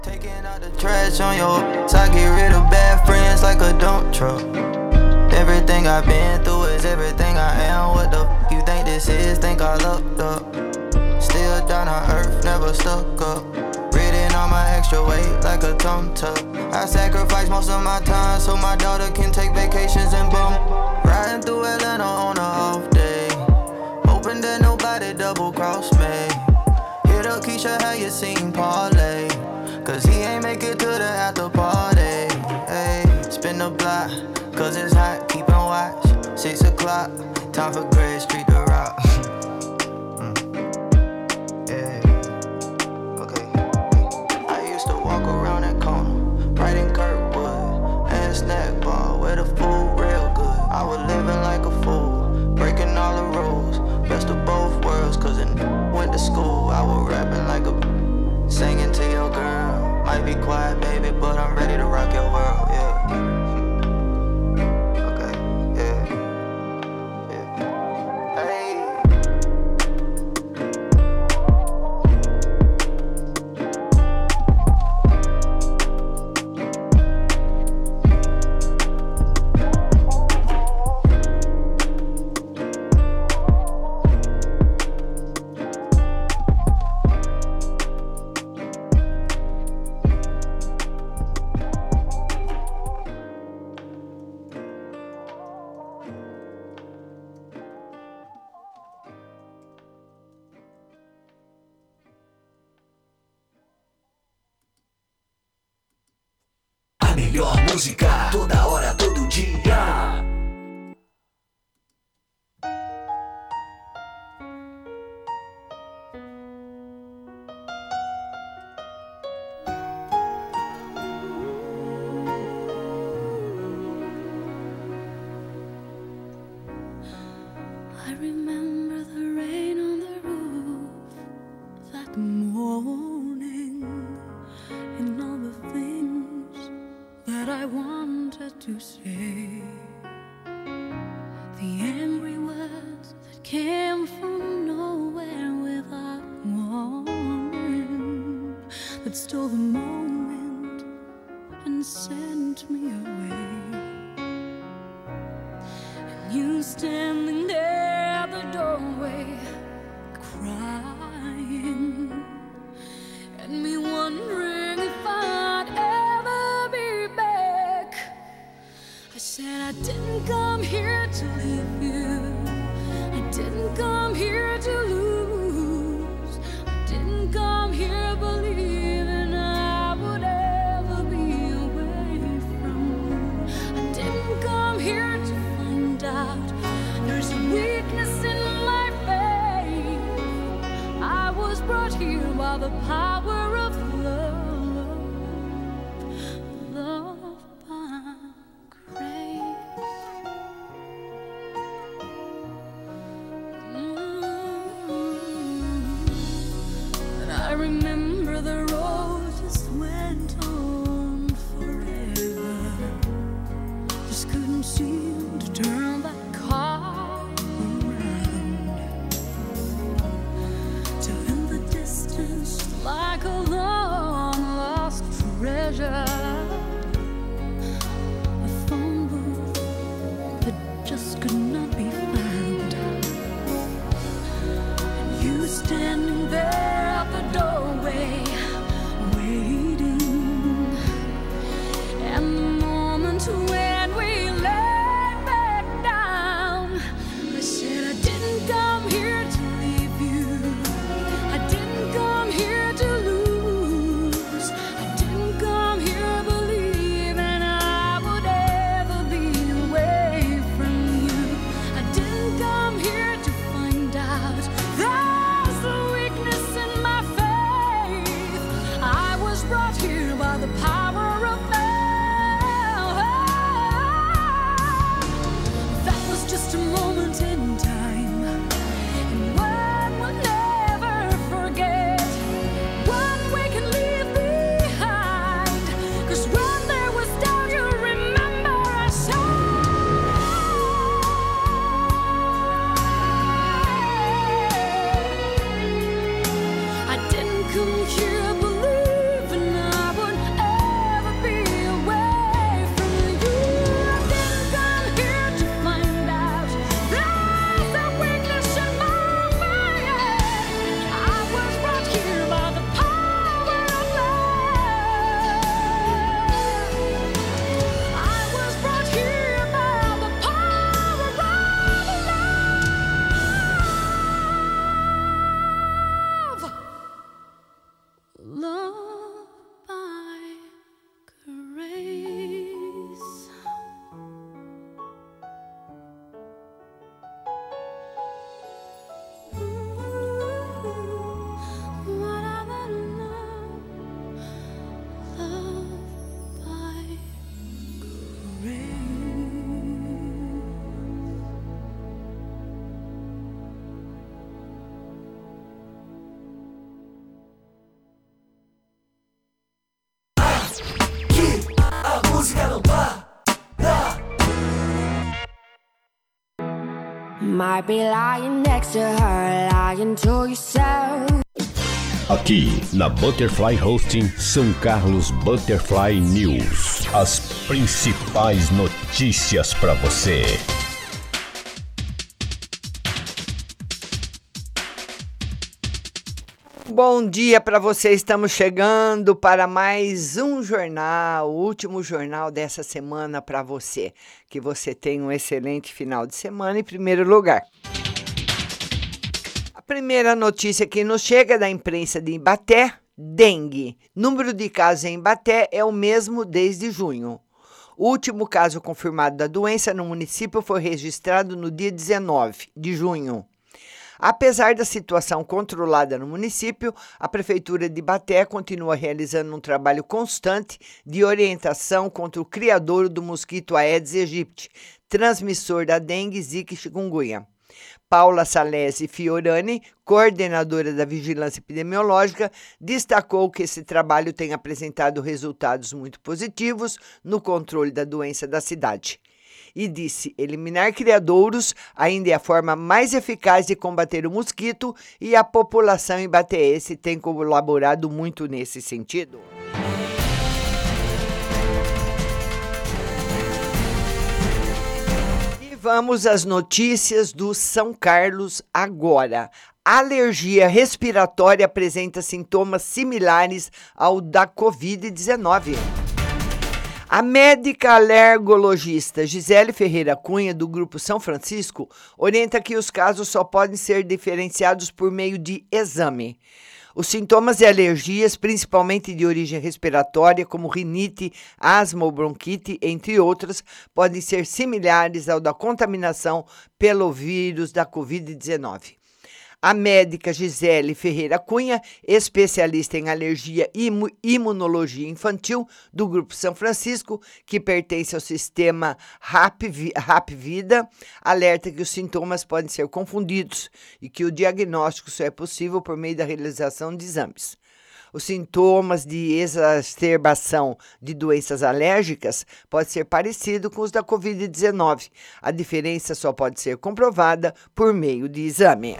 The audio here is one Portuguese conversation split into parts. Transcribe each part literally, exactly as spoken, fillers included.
Taking out the trash on your ass, I get rid of bad friends like a dump truck. Everything I've been through is everything I am. What the f you think this is? Think I lucked up. Still down on earth, never stuck up. Riding on my extra weight like a tum tuck. I sacrifice most of my time so my daughter can take vacations and boom. Riding through Atlanta on a off day, hoping that nobody double cross me. Hit up Keisha, how you seen Parlay? Cause he ain't make it to the after party. Hey, spin the block, cause it's hot, keepin' watch. Six o'clock, time for Greg Street to rock. mm. Yeah, okay. I used to walk around that corner, right in Kirkwood, and snack bar where the food real good. I was living like a fool, breaking all the rules. Best of both worlds, cause it went to school. I was rapping like a singing to your girl. Might be quiet, baby, but I'm ready to rock your world, yeah. Okay, yeah, yeah. Hey. Melhor música, toda hora, todo dia. I remember the rain on the roof that morning, and all the things that I wanted to say, the angry words that came from nowhere without warning, that stole the moment and sent me away. And you standing there at the doorway, crying, and me wondering if I'd ever be back. I said I didn't come here to leave you, I didn't come here to lose, I didn't come here believing I would ever be away from you. I didn't come here to find out there's a weakness in my faith. I was brought here by the power of love, love by grace. Mm. And I remember the road just went on forever, just couldn't seem to turn that car around, till in the distance, like a long lost treasure, a phone booth that just could not be found, and you standing there at the doorway waiting, and the moment when we laid back down, I said I didn't come here to leave you, I didn't come here to lose, I didn't come here might be lying next to her, lying to yourself. Aqui na Butterfly Hosting São Carlos Butterfly News. As principais notícias para você. Bom dia para você, estamos chegando para mais um jornal, o último jornal dessa semana para você. Que você tenha um excelente final de semana em primeiro lugar. A primeira notícia que nos chega da imprensa de Ibaté, dengue. Número de casos em Ibaté é o mesmo desde junho. O último caso confirmado da doença no município foi registrado no dia dezenove de junho. Apesar da situação controlada no município, a Prefeitura de Ibaté continua realizando um trabalho constante de orientação contra o criadouro do mosquito Aedes aegypti, transmissor da dengue, zika e chikungunya. Paula Salesi Fiorani, coordenadora da Vigilância Epidemiológica, destacou que esse trabalho tem apresentado resultados muito positivos no controle da doença da cidade. E disse: eliminar criadouros ainda é a forma mais eficaz de combater o mosquito e a população ibatéense tem colaborado muito nesse sentido. E vamos às notícias do São Carlos agora. A alergia respiratória apresenta sintomas similares ao da covid dezenove. A médica alergologista Gisele Ferreira Cunha, do Grupo São Francisco, orienta que os casos só podem ser diferenciados por meio de exame. Os sintomas e alergias, principalmente de origem respiratória, como rinite, asma ou bronquite, entre outras, podem ser similares ao da contaminação pelo vírus da covid dezenove. A médica Gisele Ferreira Cunha, especialista em alergia e imunologia infantil do Grupo São Francisco, que pertence ao sistema Rapvida, alerta que os sintomas podem ser confundidos e que o diagnóstico só é possível por meio da realização de exames. Os sintomas de exacerbação de doenças alérgicas podem ser parecidos com os da covid dezenove. A diferença só pode ser comprovada por meio de exame.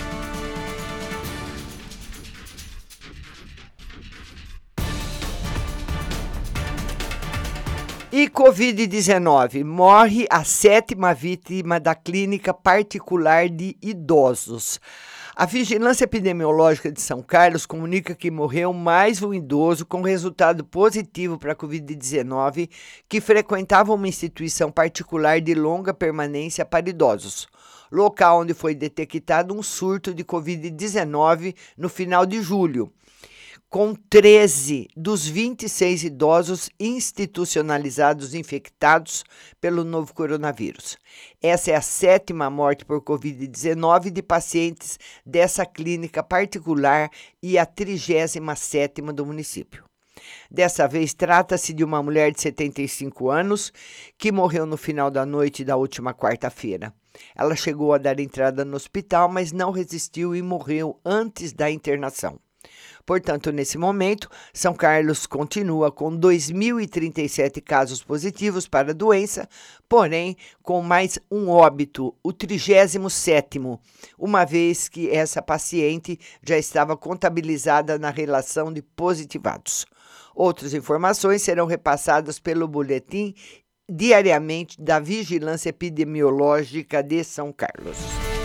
E covid dezenove, morre a sétima vítima da clínica particular de idosos. A Vigilância Epidemiológica de São Carlos comunica que morreu mais um idoso com resultado positivo para a covid dezenove que frequentava uma instituição particular de longa permanência para idosos, local onde foi detectado um surto de covid dezenove no final de julho, com treze dos vinte e seis idosos institucionalizados infectados pelo novo coronavírus. Essa é a sétima morte por covid dezenove de pacientes dessa clínica particular e a trigésima sétima do município. Dessa vez, trata-se de uma mulher de setenta e cinco anos que morreu no final da noite da última quarta-feira. Ela chegou a dar entrada no hospital, mas não resistiu e morreu antes da internação. Portanto, nesse momento, São Carlos continua com dois mil e trinta e sete casos positivos para a doença, porém com mais um óbito, o trigésimo sétimo, uma vez que essa paciente já estava contabilizada na relação de positivados. Outras informações serão repassadas pelo boletim diariamente da Vigilância Epidemiológica de São Carlos.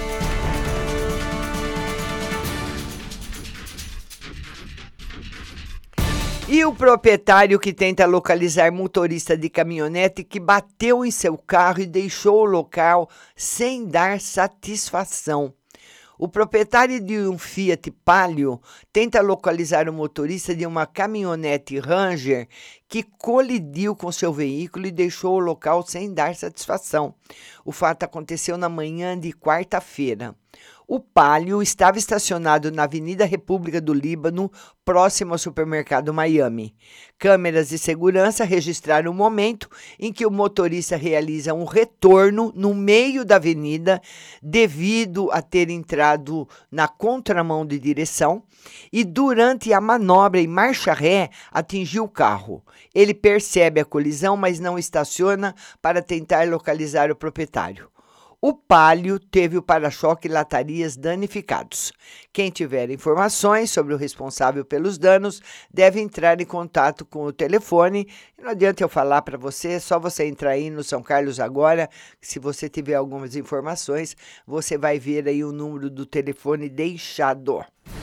E o proprietário que tenta localizar motorista de caminhonete que bateu em seu carro e deixou o local sem dar satisfação. O proprietário de um Fiat Palio tenta localizar o motorista de uma caminhonete Ranger que colidiu com seu veículo e deixou o local sem dar satisfação. O fato aconteceu na manhã de quarta-feira. O Palio estava estacionado na Avenida República do Líbano, próximo ao supermercado Miami. Câmeras de segurança registraram o momento em que o motorista realiza um retorno no meio da avenida devido a ter entrado na contramão de direção e durante a manobra em marcha ré atingiu o carro. Ele percebe a colisão, mas não estaciona para tentar localizar o proprietário. O Palio teve o para-choque e latarias danificados. Quem tiver informações sobre o responsável pelos danos deve entrar em contato com o telefone. Não adianta eu falar para você, é só você entrar aí no São Carlos agora. Se você tiver algumas informações, você vai ver aí o número do telefone deixado.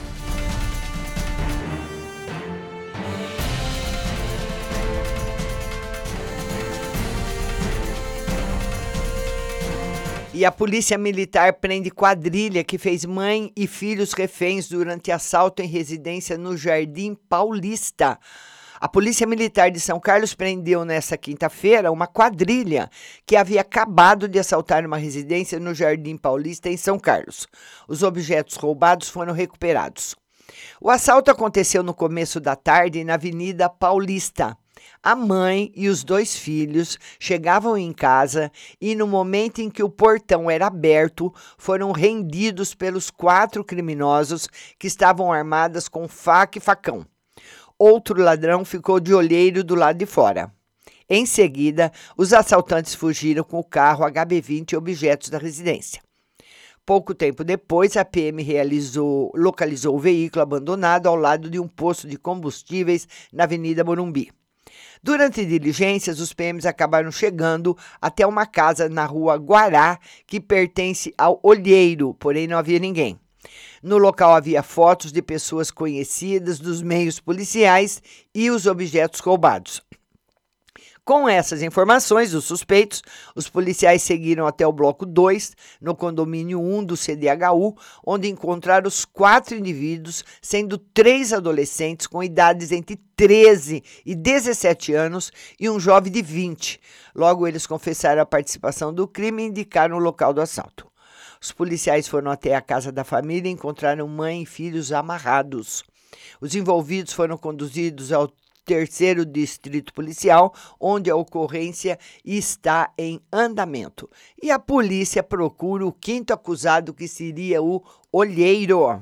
E a polícia militar prende quadrilha que fez mãe e filhos reféns durante assalto em residência no Jardim Paulista. A Polícia Militar de São Carlos prendeu nesta quinta-feira uma quadrilha que havia acabado de assaltar uma residência no Jardim Paulista, em São Carlos. Os objetos roubados foram recuperados. O assalto aconteceu no começo da tarde na Avenida Paulista. A mãe e os dois filhos chegavam em casa e, no momento em que o portão era aberto, foram rendidos pelos quatro criminosos que estavam armados com faca e facão. Outro ladrão ficou de olheiro do lado de fora. Em seguida, os assaltantes fugiram com o carro H B vinte e objetos da residência. Pouco tempo depois, a P M realizou, localizou o veículo abandonado ao lado de um posto de combustíveis na Avenida Morumbi. Durante diligências, os P Ms acabaram chegando até uma casa na rua Guará, que pertence ao olheiro, porém não havia ninguém. No local havia fotos de pessoas conhecidas dos meios policiais e os objetos roubados. Com essas informações dos suspeitos, os policiais seguiram até o bloco dois, no condomínio um do C D H U, onde encontraram os quatro indivíduos, sendo três adolescentes com idades entre treze e dezessete anos e um jovem de vinte. Logo, eles confessaram a participação do crime e indicaram o local do assalto. Os policiais foram até a casa da família e encontraram mãe e filhos amarrados. Os envolvidos foram conduzidos ao terceiro distrito policial, onde a ocorrência está em andamento. E a polícia procura o quinto acusado, que seria o olheiro.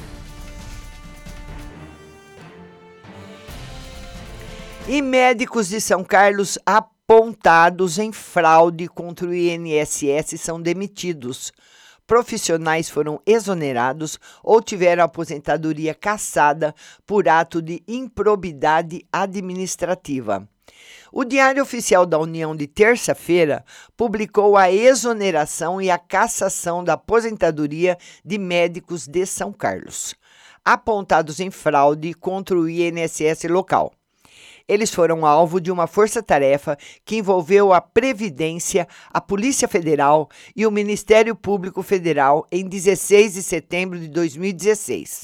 E médicos de São Carlos apontados em fraude contra o I N S S são demitidos. Profissionais foram exonerados ou tiveram a aposentadoria cassada por ato de improbidade administrativa. O Diário Oficial da União, de terça-feira, publicou a exoneração e a cassação da aposentadoria de médicos de São Carlos, apontados em fraude contra o I N S S local. Eles foram alvo de uma força-tarefa que envolveu a Previdência, a Polícia Federal e o Ministério Público Federal em dezesseis de setembro de dois mil e dezesseis.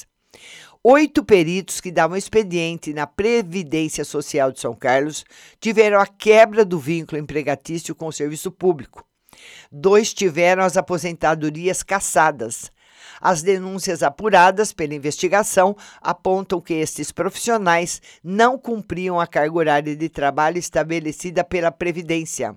Oito peritos que davam expediente na Previdência Social de São Carlos tiveram a quebra do vínculo empregatício com o serviço público. Dois tiveram as aposentadorias cassadas. As denúncias apuradas pela investigação apontam que estes profissionais não cumpriam a carga horária de trabalho estabelecida pela Previdência.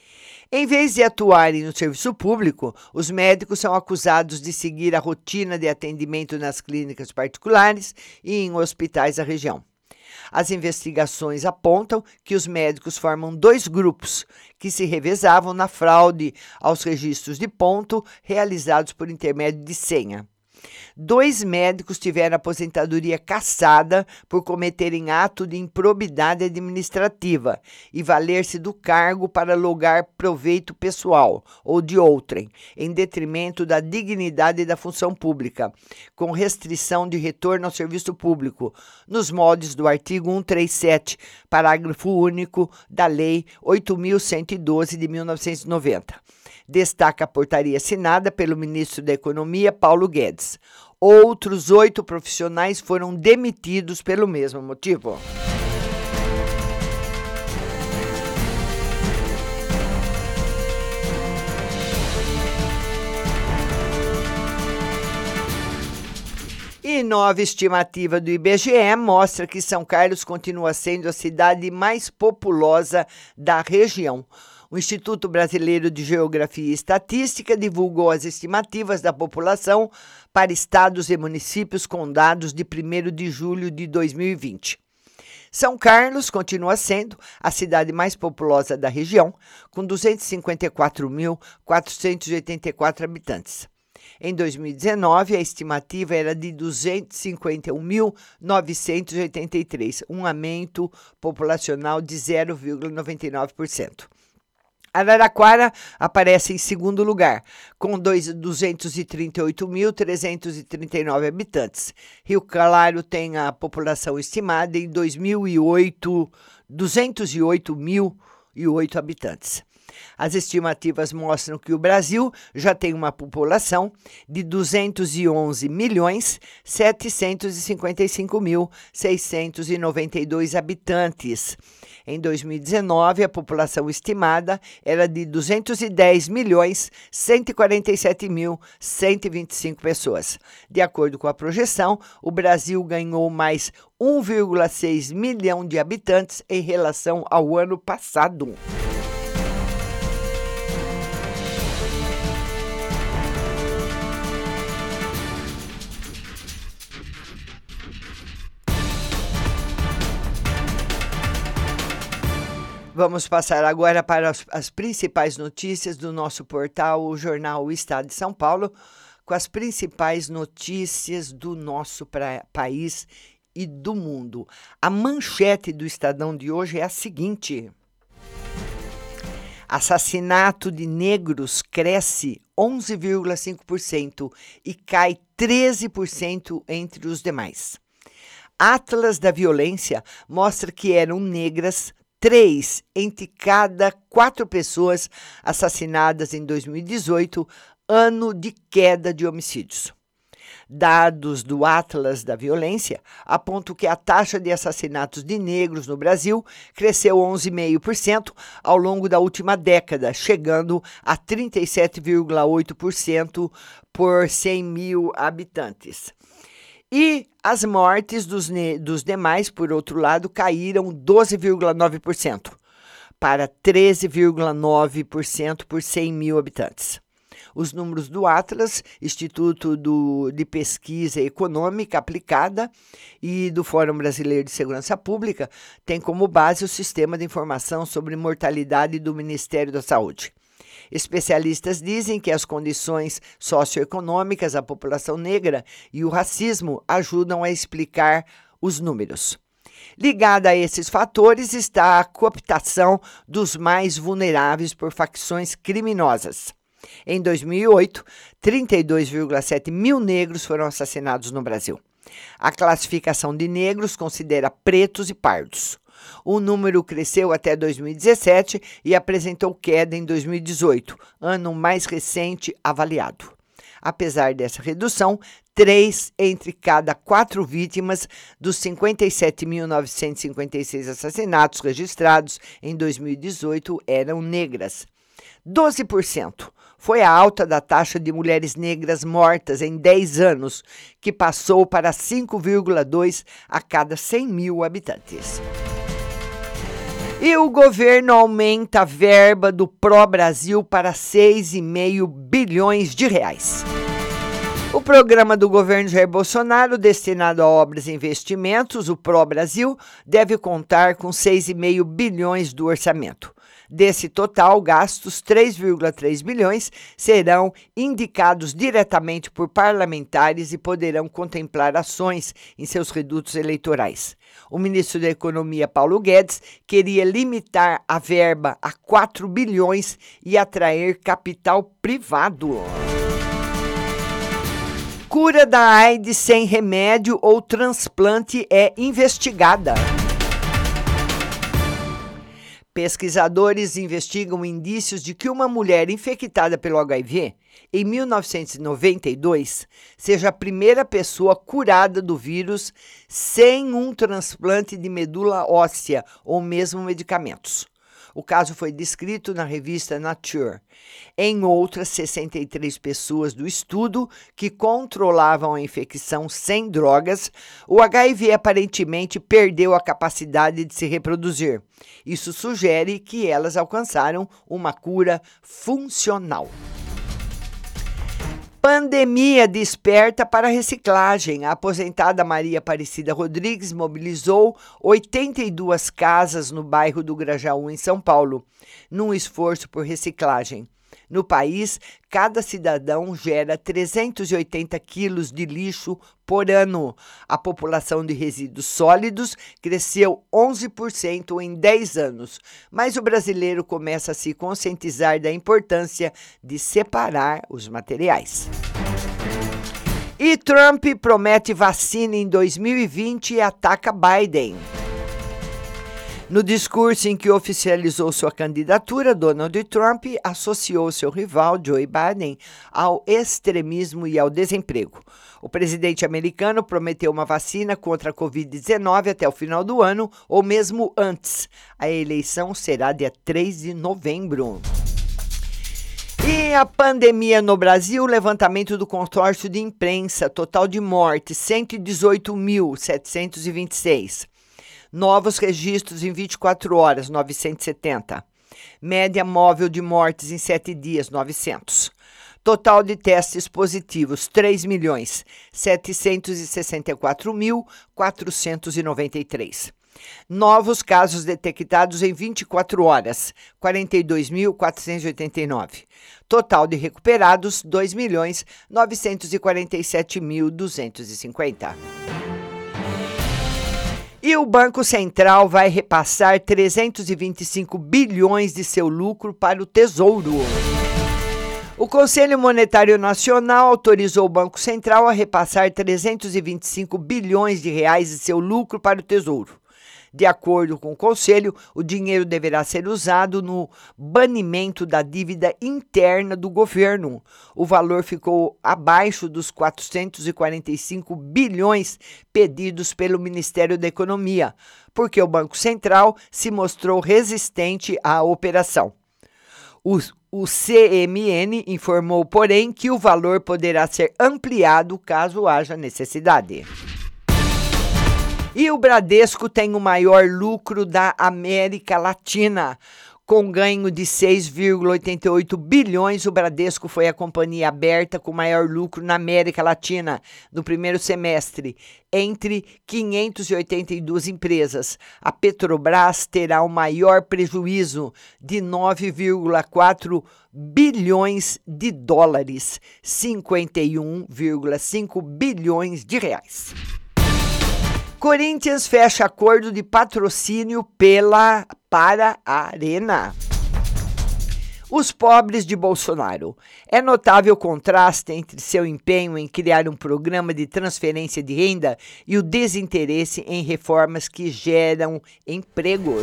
Em vez de atuarem no serviço público, os médicos são acusados de seguir a rotina de atendimento nas clínicas particulares e em hospitais da região. As investigações apontam que os médicos formam dois grupos que se revezavam na fraude aos registros de ponto realizados por intermédio de senha. Dois médicos tiveram aposentadoria cassada por cometerem ato de improbidade administrativa e valer-se do cargo para logar proveito pessoal ou de outrem, em detrimento da dignidade da função pública, com restrição de retorno ao serviço público, nos moldes do artigo cento e trinta e sete, parágrafo único da Lei oito mil cento e doze de mil novecentos e noventa. Destaca a portaria assinada pelo ministro da Economia, Paulo Guedes. Outros oito profissionais foram demitidos pelo mesmo motivo. E nova estimativa do I B G E mostra que São Carlos continua sendo a cidade mais populosa da região. O Instituto Brasileiro de Geografia e Estatística divulgou as estimativas da população para estados e municípios com dados de primeiro de julho de dois mil e vinte. São Carlos continua sendo a cidade mais populosa da região, com duzentos e cinquenta e quatro mil, quatrocentos e oitenta e quatro habitantes. Em dois mil e dezenove, a estimativa era de duzentos e cinquenta e um mil, novecentos e oitenta e três, um aumento populacional de zero vírgula noventa e nove por cento. Araraquara aparece em segundo lugar, com duzentos e trinta e oito mil, trezentos e trinta e nove habitantes. Rio Claro tem a população estimada em dois mil e oito, duzentos e oito mil e oito habitantes. As estimativas mostram que o Brasil já tem uma população de duzentos e onze milhões, setecentos e cinquenta e cinco mil, seiscentos e noventa e dois habitantes. Em dois mil e dezenove, a população estimada era de duzentos e dez milhões, cento e quarenta e sete mil, cento e vinte e cinco pessoas. De acordo com a projeção, o Brasil ganhou mais um vírgula seis milhão de habitantes em relação ao ano passado. Vamos passar agora para as, as principais notícias do nosso portal, o jornal O Estado de São Paulo, com as principais notícias do nosso pra, país e do mundo. A manchete do Estadão de hoje é a seguinte: assassinato de negros cresce onze vírgula cinco por cento e cai treze por cento entre os demais. Atlas da Violência mostra que eram negras três entre cada quatro pessoas assassinadas em dois mil e dezoito, ano de queda de homicídios. Dados do Atlas da Violência apontam que a taxa de assassinatos de negros no Brasil cresceu onze vírgula cinco por cento ao longo da última década, chegando a trinta e sete vírgula oito por cento por cem mil habitantes. E as mortes dos, dos demais, por outro lado, caíram doze vírgula nove por cento para treze vírgula nove por cento por cem mil habitantes. Os números do Atlas, Instituto do, de Pesquisa Econômica Aplicada e do Fórum Brasileiro de Segurança Pública, têm como base o Sistema de Informação sobre Mortalidade do Ministério da Saúde. Especialistas dizem que as condições socioeconômicas, a população negra e o racismo ajudam a explicar os números. Ligada a esses fatores está a cooptação dos mais vulneráveis por facções criminosas. Em dois mil e oito, trinta e dois vírgula sete mil negros foram assassinados no Brasil. A classificação de negros considera pretos e pardos. O número cresceu até dois mil e dezessete e apresentou queda em dois mil e dezoito, ano mais recente avaliado. Apesar dessa redução, três entre cada quatro vítimas dos cinquenta e sete mil novecentos e cinquenta e seis assassinatos registrados em dois mil e dezoito eram negras. doze por cento foi a alta da taxa de mulheres negras mortas em dez anos, que passou para cinco vírgula dois a cada cem mil habitantes. E o governo aumenta a verba do Pró-Brasil para seis vírgula cinco bilhões de reais. O programa do governo Jair Bolsonaro, destinado a obras e investimentos, o Pró-Brasil, deve contar com seis vírgula cinco bilhões do orçamento. Desse total, gastos três vírgula três bilhões serão indicados diretamente por parlamentares e poderão contemplar ações em seus redutos eleitorais. O ministro da Economia, Paulo Guedes, queria limitar a verba a quatro bilhões e atrair capital privado. Cura da AIDS sem remédio ou transplante é investigada. Pesquisadores investigam indícios de que uma mulher infectada pelo H I V em mil novecentos e noventa e dois seja a primeira pessoa curada do vírus sem um transplante de medula óssea ou mesmo medicamentos. O caso foi descrito na revista Nature. Em outras sessenta e três pessoas do estudo que controlavam a infecção sem drogas, o H I V aparentemente perdeu a capacidade de se reproduzir. Isso sugere que elas alcançaram uma cura funcional. Pandemia desperta para reciclagem. A aposentada Maria Aparecida Rodrigues mobilizou oitenta e duas casas no bairro do Grajaú, em São Paulo, num esforço por reciclagem. No país, cada cidadão gera trezentos e oitenta quilos de lixo por ano. A população de resíduos sólidos cresceu onze por cento em dez anos, mas o brasileiro começa a se conscientizar da importância de separar os materiais. E Trump promete vacina em dois mil e vinte e ataca Biden. No discurso em que oficializou sua candidatura, Donald Trump associou seu rival, Joe Biden, ao extremismo e ao desemprego. O presidente americano prometeu uma vacina contra a covid dezenove até o final do ano, ou mesmo antes. A eleição será dia três de novembro. E a pandemia no Brasil, levantamento do consórcio de imprensa, total de mortes, cento e dezoito mil, setecentos e vinte e seis. Novos registros em vinte e quatro horas, novecentos e setenta. Média móvel de mortes em sete dias, novecentos. Total de testes positivos, três milhões, setecentos e sessenta e quatro mil, quatrocentos e noventa e três. Novos casos detectados em vinte e quatro horas, quarenta e dois mil, quatrocentos e oitenta e nove. Total de recuperados, dois milhões, novecentos e quarenta e sete mil, duzentos e cinquenta. E o Banco Central vai repassar trezentos e vinte e cinco bilhões de seu lucro para o Tesouro. O Conselho Monetário Nacional autorizou o Banco Central a repassar trezentos e vinte e cinco bilhões de reais de seu lucro para o Tesouro. De acordo com o Conselho, o dinheiro deverá ser usado no banimento da dívida interna do governo. O valor ficou abaixo dos quatrocentos e quarenta e cinco bilhões pedidos pelo Ministério da Economia, porque o Banco Central se mostrou resistente à operação. O, o C M N informou, porém, que o valor poderá ser ampliado caso haja necessidade. E o Bradesco tem o maior lucro da América Latina. Com ganho de seis vírgula oitenta e oito bilhões, o Bradesco foi a companhia aberta com maior lucro na América Latina no primeiro semestre, entre quinhentas e oitenta e duas empresas. A Petrobras terá o maior prejuízo de nove vírgula quatro bilhões de dólares, cinquenta e um vírgula cinco bilhões de reais. Corinthians fecha acordo de patrocínio pela, para a Arena. Os pobres de Bolsonaro. É notável o contraste entre seu empenho em criar um programa de transferência de renda e o desinteresse em reformas que geram empregos.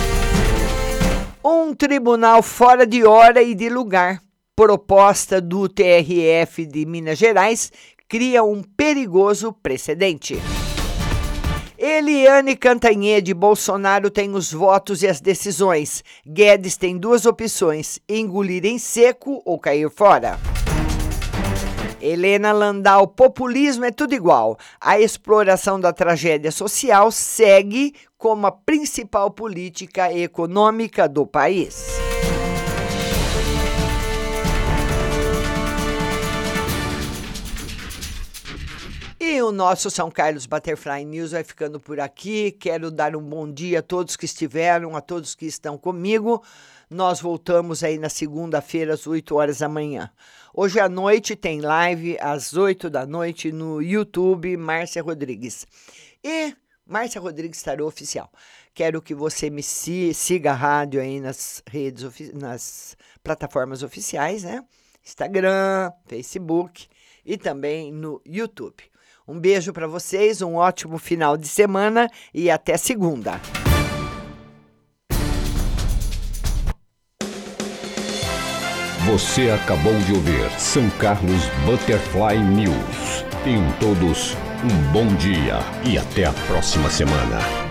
Um tribunal fora de hora e de lugar. Proposta do T R F de Minas Gerais cria um perigoso precedente. Eliane Cantanhede, Bolsonaro tem os votos e as decisões. Guedes tem duas opções, engolir em seco ou cair fora. Helena Landau, populismo é tudo igual. A exploração da tragédia social segue como a principal política econômica do país. E o nosso São Carlos Butterfly News vai ficando por aqui. Quero dar um bom dia a todos que estiveram, a todos que estão comigo. Nós voltamos aí na segunda-feira, às oito horas da manhã. Hoje à noite tem live, às oito da noite, no YouTube, Márcia Rodrigues. E Márcia Rodrigues Tarô Oficial. Quero que você me siga a rádio aí nas redes, nas plataformas oficiais, né? Instagram, Facebook e também no YouTube. Um beijo para vocês, um ótimo final de semana e até segunda. Você acabou de ouvir São Carlos Butterfly News. Tenham todos um bom dia e até a próxima semana.